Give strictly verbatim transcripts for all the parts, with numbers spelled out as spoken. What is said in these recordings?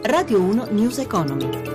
Radio uno News Economy.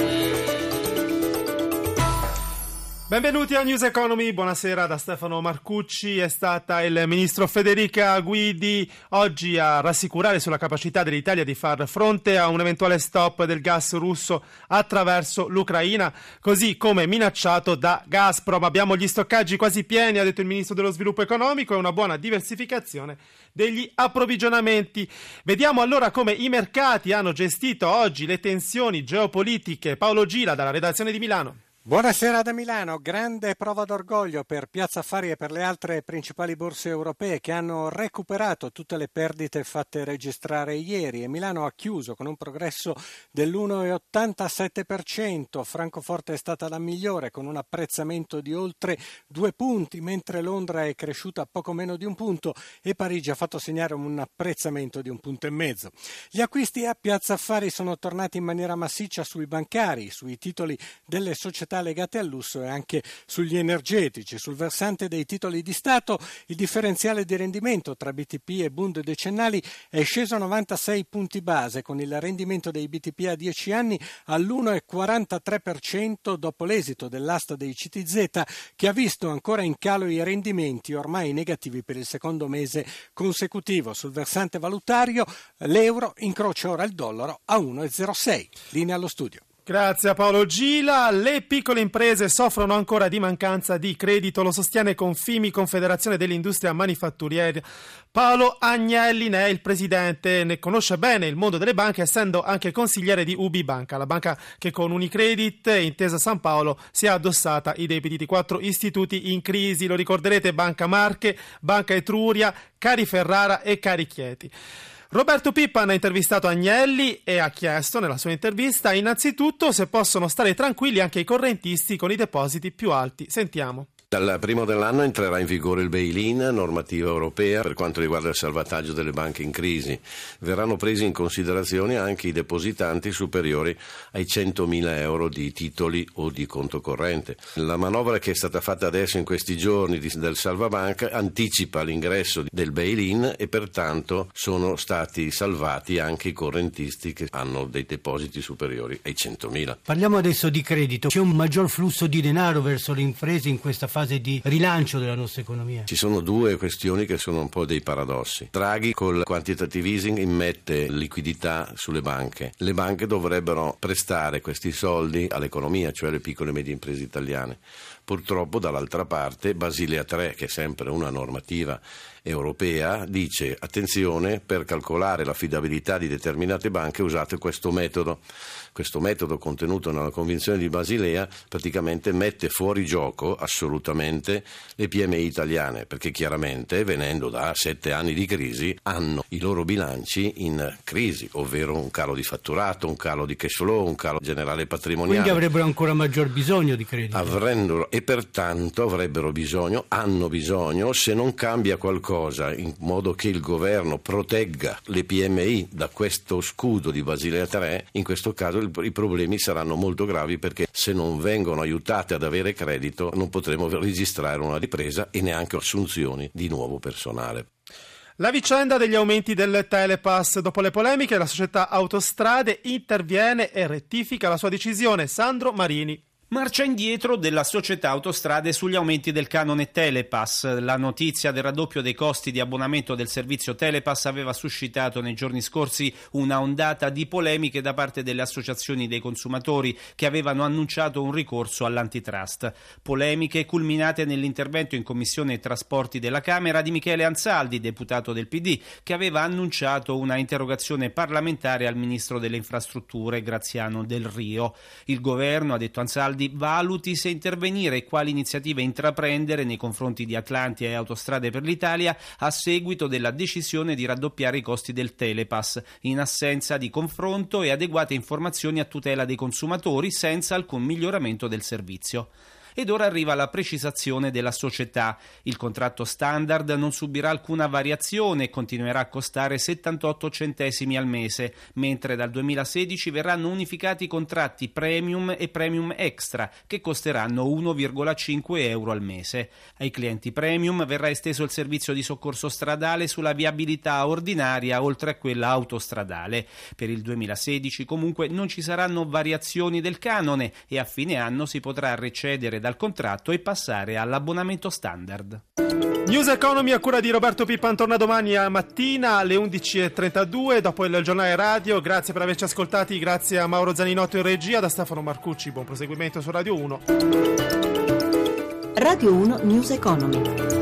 Benvenuti a News Economy, buonasera da Stefano Marcucci. È stata il ministro Federica Guidi oggi a rassicurare sulla capacità dell'Italia di far fronte a un eventuale stop del gas russo attraverso l'Ucraina, così come minacciato da Gazprom. Abbiamo gli stoccaggi quasi pieni, ha detto il ministro dello sviluppo economico, e una buona diversificazione degli approvvigionamenti. Vediamo allora come i mercati hanno gestito oggi le tensioni geopolitiche. Paolo Gila dalla redazione di Milano. Buonasera da Milano. Grande prova d'orgoglio per Piazza Affari e per le altre principali borse europee che hanno recuperato tutte le perdite fatte registrare ieri, e Milano ha chiuso con un progresso dell'uno virgola ottantasette per cento. Francoforte è stata la migliore con un apprezzamento di oltre due punti, mentre Londra è cresciuta poco meno di un punto e Parigi ha fatto segnare un apprezzamento di un punto e mezzo. Gli acquisti a Piazza Affari sono tornati in maniera massiccia sui bancari, sui titoli delle società legate al lusso e anche sugli energetici. Sul versante dei titoli di Stato il differenziale di rendimento tra B T P e Bund decennali è sceso a novantasei punti base, con il rendimento dei B T P a dieci anni all'uno virgola quarantatré per cento dopo l'esito dell'asta dei C T Z, che ha visto ancora in calo i rendimenti ormai negativi per il secondo mese consecutivo. Sul versante valutario l'euro incrocia ora il dollaro a uno virgola zero sei. Linea allo studio. Grazie a Paolo Gila. Le piccole imprese soffrono ancora di mancanza di credito, lo sostiene Confimi, Confederazione dell'Industria Manifatturiera. Paolo Agnelli ne è il presidente, ne conosce bene il mondo delle banche, essendo anche consigliere di U B I Banca, la banca che con Unicredit e Intesa San Paolo si è addossata i debiti di quattro istituti in crisi. Lo ricorderete: Banca Marche, Banca Etruria, Cari Ferrara e Cari Chieti. Roberto Pippan ha intervistato Agnelli e ha chiesto nella sua intervista innanzitutto se possono stare tranquilli anche i correntisti con i depositi più alti. Sentiamo. Dal primo dell'anno entrerà in vigore il bail-in, normativa europea per quanto riguarda il salvataggio delle banche in crisi. Verranno presi in considerazione anche i depositanti superiori ai centomila euro di titoli o di conto corrente. La manovra che è stata fatta adesso in questi giorni del salvabanca anticipa l'ingresso del bail-in e pertanto sono stati salvati anche i correntisti che hanno dei depositi superiori ai centomila. Parliamo adesso di credito. C'è un maggior flusso di denaro verso le imprese in questa fase di rilancio della nostra economia? Ci sono due questioni che sono un po' dei paradossi. Draghi col quantitative easing immette liquidità sulle banche. Le banche dovrebbero prestare questi soldi all'economia, cioè alle piccole e medie imprese italiane. Purtroppo dall'altra parte Basilea tre, che è sempre una normativa europea, dice attenzione, per calcolare l'affidabilità di determinate banche usate questo metodo. Questo metodo contenuto nella Convenzione di Basilea praticamente mette fuori gioco assolutamente le P M I italiane, perché chiaramente venendo da sette anni di crisi hanno i loro bilanci in crisi, ovvero un calo di fatturato, un calo di cash flow, un calo generale patrimoniale. Quindi avrebbero ancora maggior bisogno di credito. Avrebbero, e pertanto avrebbero bisogno, hanno bisogno, se non cambia qualcosa in modo che il governo protegga le P M I da questo scudo di Basilea tre, in questo caso i problemi saranno molto gravi, perché se non vengono aiutate ad avere credito non potremo registrare una ripresa e neanche assunzioni di nuovo personale. La vicenda degli aumenti del Telepass. Dopo le polemiche, la società Autostrade interviene e rettifica la sua decisione. Sandro Marini. Marcia indietro della società Autostrade sugli aumenti del canone Telepass. La notizia del raddoppio dei costi di abbonamento del servizio Telepass aveva suscitato nei giorni scorsi una ondata di polemiche da parte delle associazioni dei consumatori, che avevano annunciato un ricorso all'antitrust. Polemiche culminate nell'intervento in Commissione Trasporti della Camera di Michele Ansaldi, deputato del P D, che aveva annunciato una interrogazione parlamentare al ministro delle Infrastrutture Graziano Del Rio. Il governo, ha detto Ansaldi, valuti se intervenire e quali iniziative intraprendere nei confronti di Atlantia e Autostrade per l'Italia a seguito della decisione di raddoppiare i costi del Telepass, in assenza di confronto e adeguate informazioni a tutela dei consumatori, senza alcun miglioramento del servizio. ed ora arriva la precisazione della società. Il contratto standard non subirà alcuna variazione e continuerà a costare settantotto centesimi al mese, mentre dal duemilasedici verranno unificati i contratti premium e premium extra, che costeranno uno virgola cinque euro al mese. Ai clienti premium verrà esteso il servizio di soccorso stradale sulla viabilità ordinaria oltre a quella autostradale. Per il duemilasedici comunque non ci saranno variazioni del canone e a fine anno si potrà recedere dal contratto e passare all'abbonamento standard. News Economy a cura di Roberto Pippan torna domani a mattina alle undici e trentadue dopo il giornale radio. Grazie per averci ascoltati, grazie a Mauro Zaninotto in regia, da Stefano Marcucci buon proseguimento su Radio uno. Radio uno News Economy.